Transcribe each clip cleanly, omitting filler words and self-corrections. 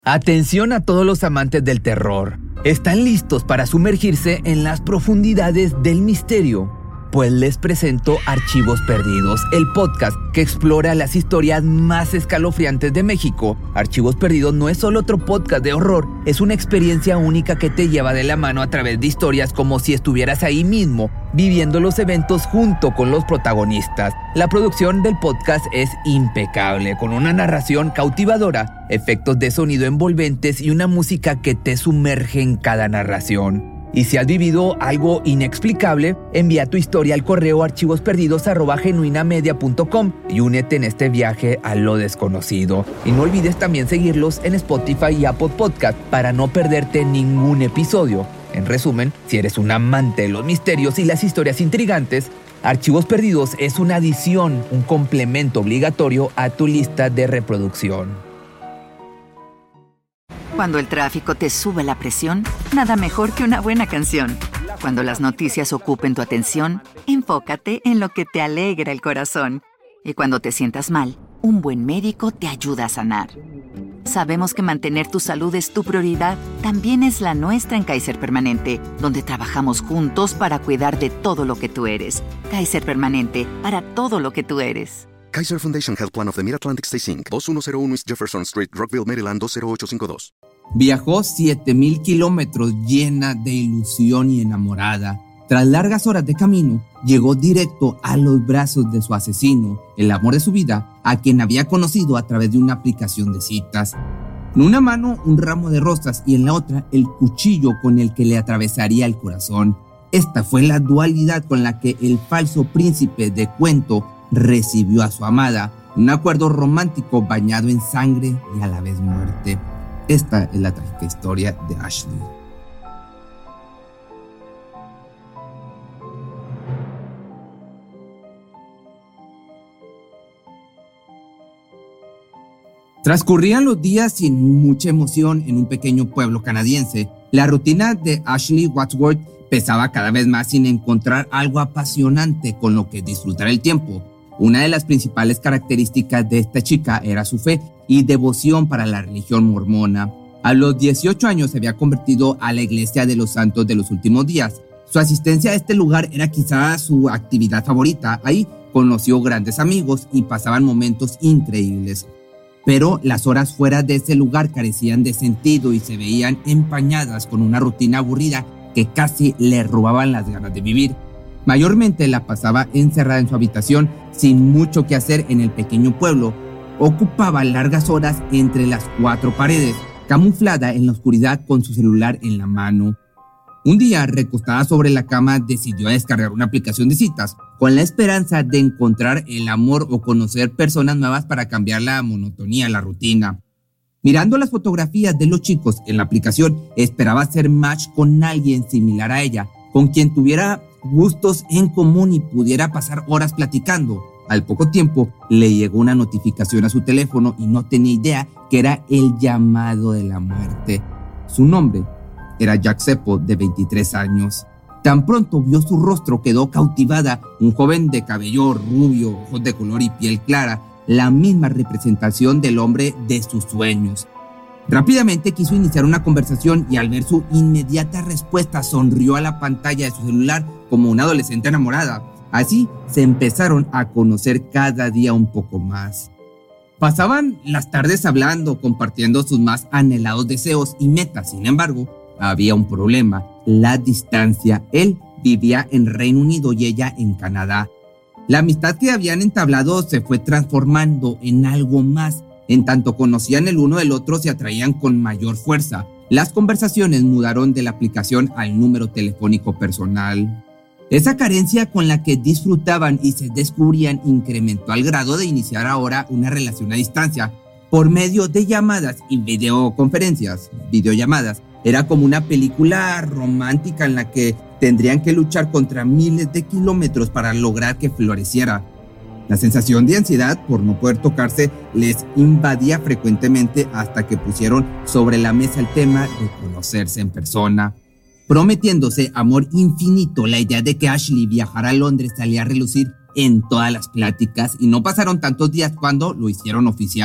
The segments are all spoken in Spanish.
Atención a todos los amantes del terror. ¿Están listos para sumergirse en las profundidades del misterio? Pues les presento Archivos Perdidos, el podcast que explora las historias más escalofriantes de México. Archivos Perdidos no es solo otro podcast de horror, es una experiencia única que te lleva de la mano a través de historias como si estuvieras ahí mismo, viviendo los eventos junto con los protagonistas. La producción del podcast es impecable, con una narración cautivadora, efectos de sonido envolventes y una música que te sumerge en cada narración. Y si has vivido algo inexplicable, envía tu historia al correo archivosperdidos@genuinamedia.com y únete en este viaje a lo desconocido. Y no olvides también seguirlos en Spotify y Apple Podcast para no perderte ningún episodio. En resumen, si eres un amante de los misterios y las historias intrigantes, Archivos Perdidos es una adición, un complemento obligatorio a tu lista de reproducción. Cuando el tráfico te sube la presión, nada mejor que una buena canción. Cuando las noticias ocupen tu atención, enfócate en lo que te alegra el corazón. Y cuando te sientas mal, un buen médico te ayuda a sanar. Sabemos que mantener tu salud es tu prioridad, también es la nuestra en Kaiser Permanente, donde trabajamos juntos para cuidar de todo lo que tú eres. Kaiser Permanente, para todo lo que tú eres. Kaiser Foundation Health Plan of the Mid-Atlantic Stay Inc. 2101 East Jefferson Street, Rockville, Maryland 20852. Viajó 7,000 kilómetros llena de ilusión y enamorada. Tras largas horas de camino, llegó directo a los brazos de su asesino, el amor de su vida, a quien había conocido a través de una aplicación de citas. En una mano, un ramo de rosas y en la otra, el cuchillo con el que le atravesaría el corazón. Esta fue la dualidad con la que el falso príncipe de cuento recibió a su amada, un acuerdo romántico bañado en sangre y a la vez muerte. Esta es la trágica historia de Ashley. Transcurrían los días sin mucha emoción en un pequeño pueblo canadiense. La rutina de Ashley Wadsworth pesaba cada vez más sin encontrar algo apasionante con lo que disfrutar el tiempo. Una de las principales características de esta chica era su fe y devoción para la religión mormona. A los 18 años se había convertido a la Iglesia de los Santos de los Últimos Días. Su asistencia a este lugar era quizá su actividad favorita. Ahí conoció grandes amigos y pasaban momentos increíbles. Pero las horas fuera de ese lugar carecían de sentido y se veían empañadas con una rutina aburrida que casi le robaban las ganas de vivir. Mayormente la pasaba encerrada en su habitación sin mucho que hacer en el pequeño pueblo. Ocupaba largas horas entre las cuatro paredes, camuflada en la oscuridad con su celular en la mano. Un día, recostada sobre la cama, decidió descargar una aplicación de citas con la esperanza de encontrar el amor o conocer personas nuevas para cambiar la monotonía, la rutina. Mirando las fotografías de los chicos en la aplicación, esperaba hacer match con alguien similar a ella, con quien tuviera gustos en común y pudiera pasar horas platicando. Al poco tiempo le llegó una notificación a su teléfono y no tenía idea que era el llamado de la muerte. Su nombre era Jack Seppo, de 23 años. Tan pronto vio su rostro, quedó cautivada. Un joven de cabello rubio, ojos de color y piel clara, la misma representación del hombre de sus sueños. Rápidamente quiso iniciar una conversación y al ver su inmediata respuesta sonrió a la pantalla de su celular como una adolescente enamorada. Así se empezaron a conocer cada día un poco más. Pasaban las tardes hablando, compartiendo sus más anhelados deseos y metas. Sin embargo, había un problema: la distancia. Él vivía en Reino Unido y ella en Canadá. La amistad que habían entablado se fue transformando en algo más. En tanto conocían el uno del otro, se atraían con mayor fuerza. Las conversaciones mudaron de la aplicación al número telefónico personal. Esa carencia con la que disfrutaban y se descubrían incrementó al grado de iniciar ahora una relación a distancia por medio de llamadas y videoconferencias. Videollamadas era como una película romántica en la que tendrían que luchar contra miles de kilómetros para lograr que floreciera. La sensación de ansiedad por no poder tocarse les invadía frecuentemente hasta que pusieron sobre la mesa el tema de conocerse en persona. Prometiéndose amor infinito, la idea de que Ashley viajara a Londres salía a relucir en todas las pláticas y no pasaron tantos días cuando lo hicieron oficial.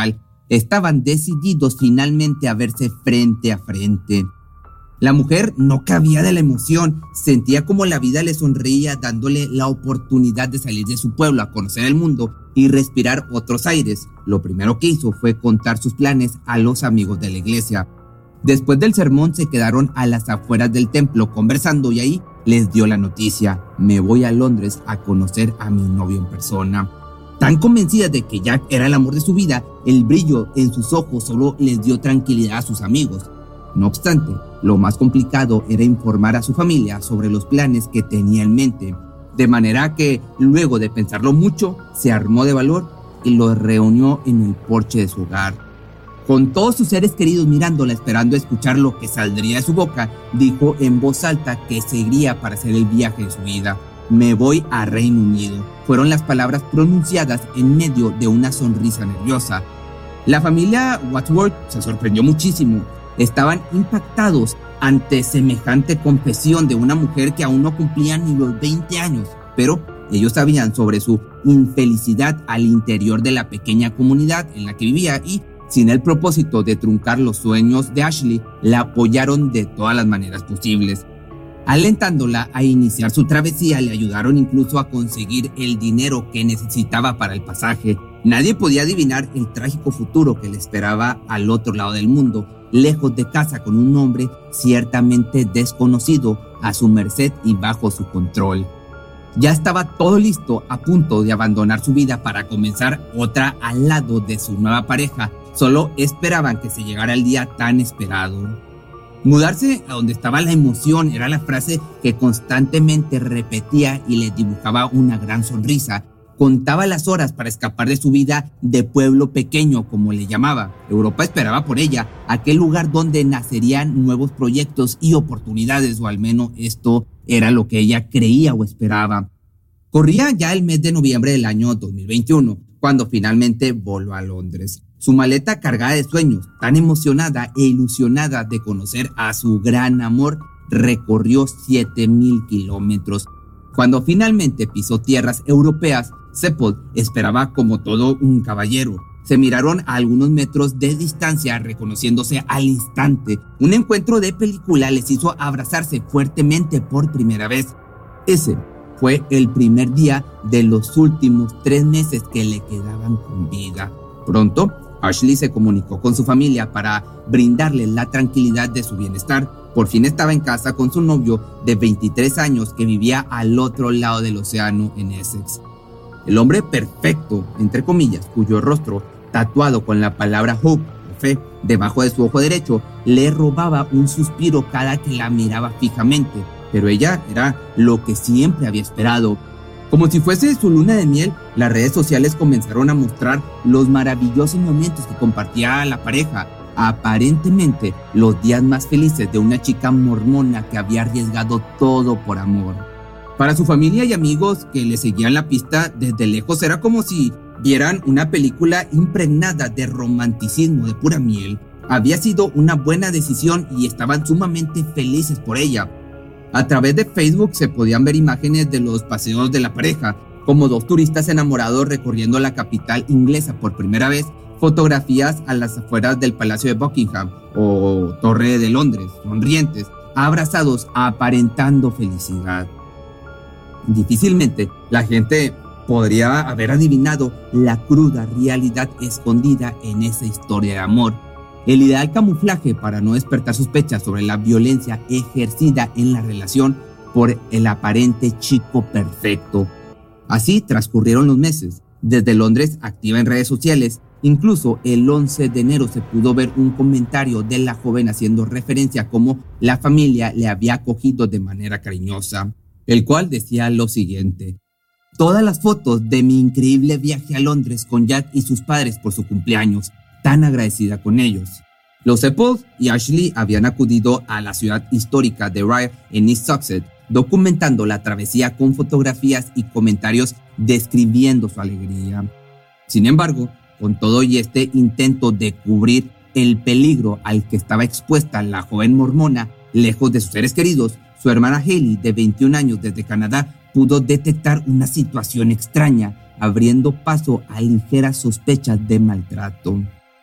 estaban decididos finalmente a verse frente a frente. La mujer no cabía de la emoción, sentía como la vida le sonreía dándole la oportunidad de salir de su pueblo a conocer el mundo y respirar otros aires. Lo primero que hizo fue contar sus planes a los amigos de la iglesia. Después del sermón se quedaron a las afueras del templo conversando y ahí les dio la noticia: me voy a Londres a conocer a mi novio en persona. Tan convencida de que Jack era el amor de su vida, el brillo en sus ojos solo les dio tranquilidad a sus amigos. No obstante, lo más complicado era informar a su familia sobre los planes que tenía en mente, de manera que, luego de pensarlo mucho, se armó de valor y los reunió en el porche de su hogar. Con todos sus seres queridos mirándola esperando escuchar lo que saldría de su boca, dijo en voz alta que seguiría para hacer el viaje de su vida. Me voy a Reino Unido, fueron las palabras pronunciadas en medio de una sonrisa nerviosa. La familia Wadsworth se sorprendió muchísimo. Estaban impactados ante semejante confesión de una mujer que aún no cumplía ni los 20 años, pero ellos sabían sobre su infelicidad al interior de la pequeña comunidad en la que vivía y, sin el propósito de truncar los sueños de Ashley, la apoyaron de todas las maneras posibles. Alentándola a iniciar su travesía, le ayudaron incluso a conseguir el dinero que necesitaba para el pasaje. Nadie podía adivinar el trágico futuro que le esperaba al otro lado del mundo, lejos de casa con un hombre ciertamente desconocido, a su merced y bajo su control. Ya estaba todo listo, a punto de abandonar su vida para comenzar otra al lado de su nueva pareja. Solo esperaban que se llegara el día tan esperado. Mudarse a donde estaba la emoción era la frase que constantemente repetía y le dibujaba una gran sonrisa. Contaba las horas para escapar de su vida de pueblo pequeño, como le llamaba. Europa esperaba por ella, aquel lugar donde nacerían nuevos proyectos y oportunidades, o al menos esto era lo que ella creía o esperaba. Corría ya el mes de noviembre del año 2021, cuando finalmente voló a Londres. Su maleta cargada de sueños, tan emocionada e ilusionada de conocer a su gran amor, recorrió 7,000 kilómetros. Cuando finalmente pisó tierras europeas, Seppold esperaba como todo un caballero. Se miraron a algunos metros de distancia, reconociéndose al instante. Un encuentro de película les hizo abrazarse fuertemente por primera vez. Ese fue el primer día de los últimos 3 meses que le quedaban con vida. Pronto, Ashley se comunicó con su familia para brindarle la tranquilidad de su bienestar. Por fin estaba en casa con su novio de 23 años que vivía al otro lado del océano en Essex. El hombre perfecto, entre comillas, cuyo rostro, tatuado con la palabra hope, o fe, debajo de su ojo derecho, le robaba un suspiro cada que la miraba fijamente. Pero ella era lo que siempre había esperado. Como si fuese su luna de miel, las redes sociales comenzaron a mostrar los maravillosos momentos que compartía la pareja. Aparentemente, los días más felices de una chica mormona que había arriesgado todo por amor. Para su familia y amigos que le seguían la pista desde lejos, era como si vieran una película impregnada de romanticismo, de pura miel. Había sido una buena decisión y estaban sumamente felices por ella. A través de Facebook se podían ver imágenes de los paseos de la pareja, como 2 turistas enamorados recorriendo la capital inglesa por primera vez, fotografías a las afueras del Palacio de Buckingham o Torre de Londres, sonrientes, abrazados, aparentando felicidad. Difícilmente la gente podría haber adivinado la cruda realidad escondida en esa historia de amor. El ideal camuflaje para no despertar sospechas sobre la violencia ejercida en la relación por el aparente chico perfecto. Así transcurrieron los meses. Desde Londres, activa en redes sociales, incluso el 11 de enero se pudo ver un comentario de la joven haciendo referencia a cómo la familia le había acogido de manera cariñosa, el cual decía lo siguiente: todas las fotos de mi increíble viaje a Londres con Jack y sus padres por su cumpleaños, tan agradecida con ellos. Los Seppold y Ashley habían acudido a la ciudad histórica de Rye en East Sussex, documentando la travesía con fotografías y comentarios describiendo su alegría. Sin embargo, con todo y este intento de cubrir el peligro al que estaba expuesta la joven mormona, lejos de sus seres queridos, su hermana Hayley, de 21 años desde Canadá, pudo detectar una situación extraña, abriendo paso a ligeras sospechas de maltrato.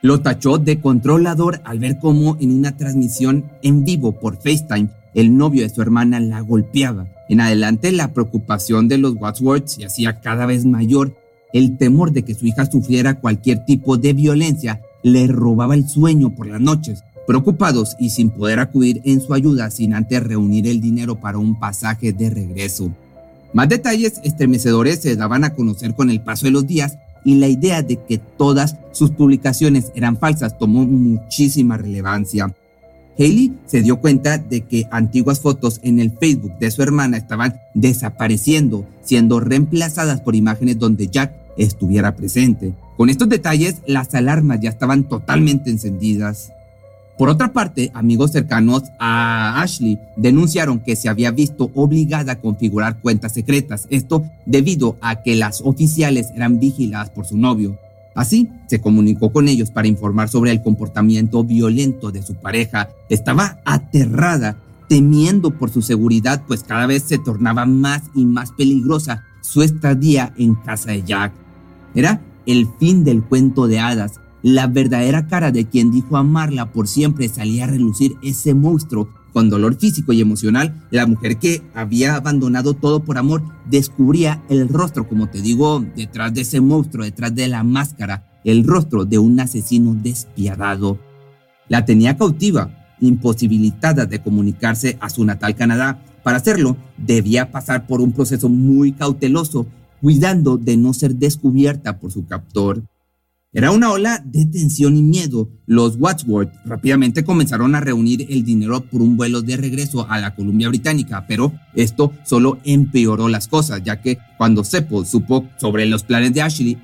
Lo tachó de controlador al ver cómo en una transmisión en vivo por FaceTime el novio de su hermana la golpeaba. En adelante la preocupación de los Wadsworth se hacía cada vez mayor. El temor de que su hija sufriera cualquier tipo de violencia le robaba el sueño por las noches. Preocupados y sin poder acudir en su ayuda sin antes reunir el dinero para un pasaje de regreso. Más detalles estremecedores se daban a conocer con el paso de los días y la idea de que todas sus publicaciones eran falsas tomó muchísima relevancia. Hailey se dio cuenta de que antiguas fotos en el Facebook de su hermana estaban desapareciendo, siendo reemplazadas por imágenes donde Jack estuviera presente. Con estos detalles, las alarmas ya estaban totalmente encendidas. Por otra parte, amigos cercanos a Ashley denunciaron que se había visto obligada a configurar cuentas secretas, esto debido a que las oficiales eran vigiladas por su novio. Así, se comunicó con ellos para informar sobre el comportamiento violento de su pareja. Estaba aterrada, temiendo por su seguridad, pues cada vez se tornaba más y más peligrosa su estadía en casa de Jack. Era el fin del cuento de hadas. La verdadera cara de quien dijo amarla por siempre salía a relucir ese monstruo. Con dolor físico y emocional, la mujer que había abandonado todo por amor descubría el rostro, como te digo, detrás de ese monstruo, detrás de la máscara, el rostro de un asesino despiadado. La tenía cautiva, imposibilitada de comunicarse a su natal Canadá. Para hacerlo, debía pasar por un proceso muy cauteloso, cuidando de no ser descubierta por su captor. Era una ola de tensión y miedo. Los Wadsworth rápidamente comenzaron a reunir el dinero por un vuelo de regreso a la Columbia Británica, pero esto solo empeoró las cosas, ya que cuando Seppo supo sobre los planes de Ashley,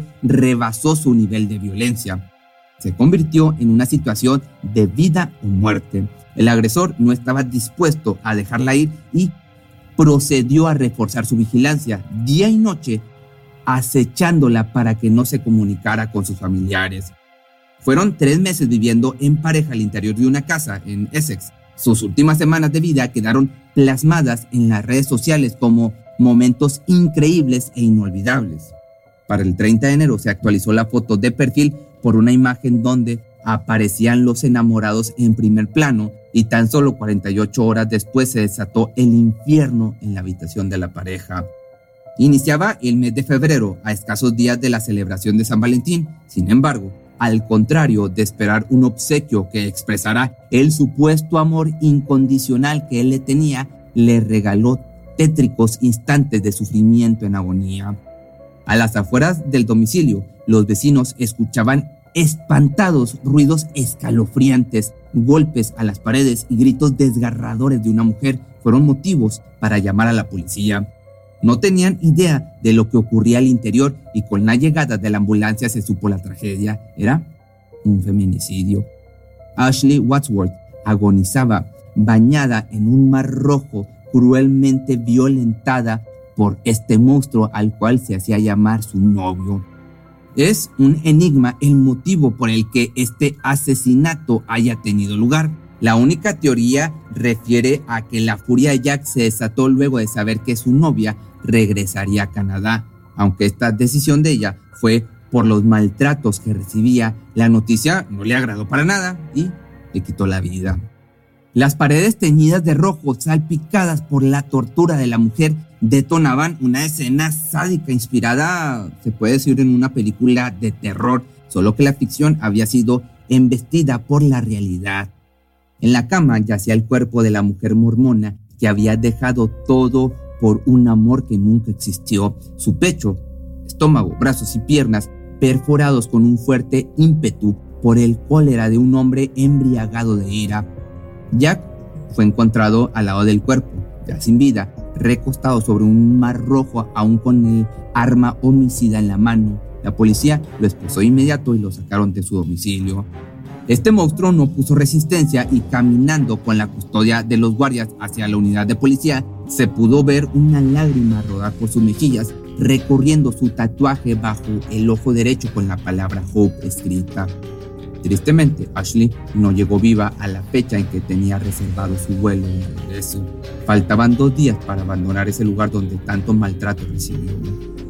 rebasó su nivel de violencia. Se convirtió en una situación de vida o muerte. El agresor no estaba dispuesto a dejarla ir y procedió a reforzar su vigilancia día y noche, acechándola para que no se comunicara con sus familiares. Fueron 3 meses viviendo en pareja al interior de una casa en Essex. Sus últimas semanas de vida quedaron plasmadas en las redes sociales como momentos increíbles e inolvidables. Para el 30 de enero se actualizó la foto de perfil por una imagen donde aparecían los enamorados en primer plano y tan solo 48 horas después se desató el infierno en la habitación de la pareja. Iniciaba el mes de febrero, a escasos días de la celebración de San Valentín. Sin embargo, al contrario de esperar un obsequio que expresara el supuesto amor incondicional que él le tenía, le regaló tétricos instantes de sufrimiento en agonía. A las afueras del domicilio, los vecinos escuchaban espantados ruidos escalofriantes, golpes a las paredes y gritos desgarradores de una mujer fueron motivos para llamar a la policía. No tenían idea de lo que ocurría al interior y con la llegada de la ambulancia se supo la tragedia. Era un feminicidio. Ashley Wadsworth agonizaba bañada en un mar rojo, cruelmente violentada por este monstruo al cual se hacía llamar su novio. Es un enigma el motivo por el que este asesinato haya tenido lugar. La única teoría refiere a que la furia de Jack se desató luego de saber que su novia regresaría a Canadá. Aunque esta decisión de ella fue por los maltratos que recibía, la noticia no le agradó para nada y le quitó la vida. Las paredes teñidas de rojo, salpicadas por la tortura de la mujer, detonaban una escena sádica inspirada, se puede decir, en una película de terror, solo que la ficción había sido embestida por la realidad. En la cama yacía el cuerpo de la mujer mormona que había dejado todo por un amor que nunca existió. Su pecho, estómago, brazos y piernas perforados con un fuerte ímpetu por el cólera de un hombre embriagado de ira. Jack fue encontrado al lado del cuerpo, ya sin vida, recostado sobre un mar rojo aún con el arma homicida en la mano. La policía lo esposó de inmediato y lo sacaron de su domicilio. Este monstruo no puso resistencia y caminando con la custodia de los guardias hacia la unidad de policía, se pudo ver una lágrima rodar por sus mejillas, recorriendo su tatuaje bajo el ojo derecho con la palabra Hope escrita. Tristemente, Ashley no llegó viva a la fecha en que tenía reservado su vuelo de regreso. Faltaban 2 días para abandonar ese lugar donde tanto maltrato recibió.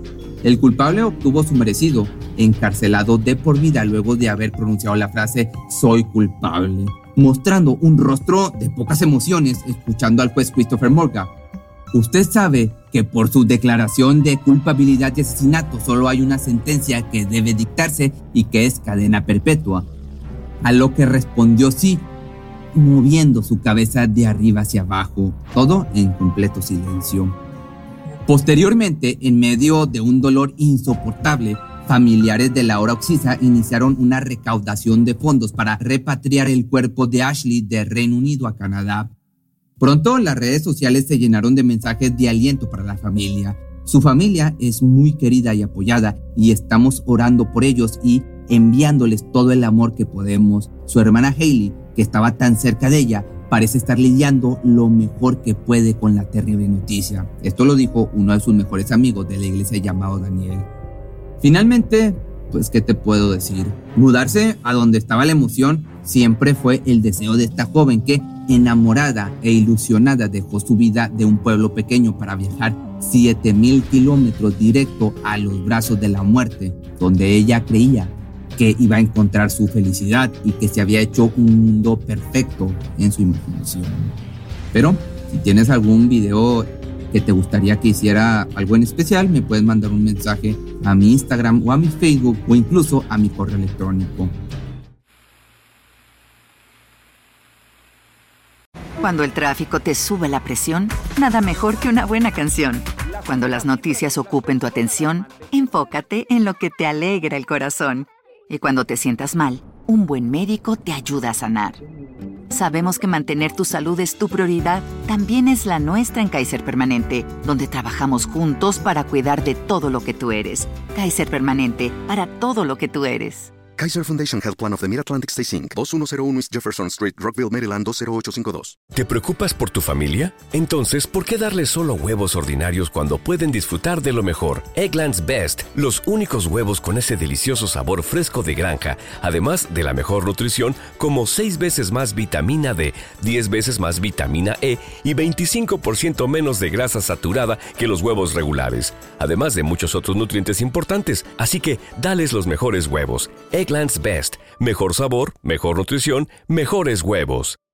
El culpable obtuvo su merecido, encarcelado de por vida luego de haber pronunciado la frase "soy culpable", mostrando un rostro de pocas emociones escuchando al juez Christopher Morgan. Usted sabe que por su declaración de culpabilidad de asesinato solo hay una sentencia que debe dictarse y que es cadena perpetua. A lo que respondió sí, moviendo su cabeza de arriba hacia abajo, todo en completo silencio. Posteriormente, en medio de un dolor insoportable, familiares de Laura Oxiza iniciaron una recaudación de fondos para repatriar el cuerpo de Ashley de Reino Unido a Canadá. Pronto las redes sociales se llenaron de mensajes de aliento para la familia. Su familia es muy querida y apoyada y estamos orando por ellos y enviándoles todo el amor que podemos. Su hermana Hailey, que estaba tan cerca de ella, parece estar lidiando lo mejor que puede con la terrible noticia. Esto lo dijo uno de sus mejores amigos de la iglesia llamado Daniel. Finalmente, pues, ¿qué te puedo decir? Mudarse a donde estaba la emoción siempre fue el deseo de esta joven que, enamorada e ilusionada, dejó su vida de un pueblo pequeño para viajar 7,000 kilómetros directo a los brazos de la muerte, donde ella creía que iba a encontrar su felicidad y que se había hecho un mundo perfecto en su imaginación. Pero si tienes algún video que te gustaría que hiciera algo en especial, me puedes mandar un mensaje a mi Instagram o a mi Facebook o incluso a mi correo electrónico. Cuando el tráfico te sube la presión, nada mejor que una buena canción. Cuando las noticias ocupen tu atención, enfócate en lo que te alegra el corazón. Y cuando te sientas mal, un buen médico te ayuda a sanar. Sabemos que mantener tu salud es tu prioridad, también es la nuestra en Kaiser Permanente, donde trabajamos juntos para cuidar de todo lo que tú eres. Kaiser Permanente, para todo lo que tú eres. Kaiser Foundation Health Plan of the Mid-Atlantic Stay Inc. 2101 East Jefferson Street, Rockville, Maryland 20852. ¿Te preocupas por tu familia? Entonces, ¿por qué darles solo huevos ordinarios cuando pueden disfrutar de lo mejor? Eggland's Best, los únicos huevos con ese delicioso sabor fresco de granja, además de la mejor nutrición, como 6 veces más vitamina D, 10 veces más vitamina E y 25% menos de grasa saturada que los huevos regulares, además de muchos otros nutrientes importantes. Así que, dales los mejores huevos. Eggland's Best. Mejor sabor, mejor nutrición, mejores huevos.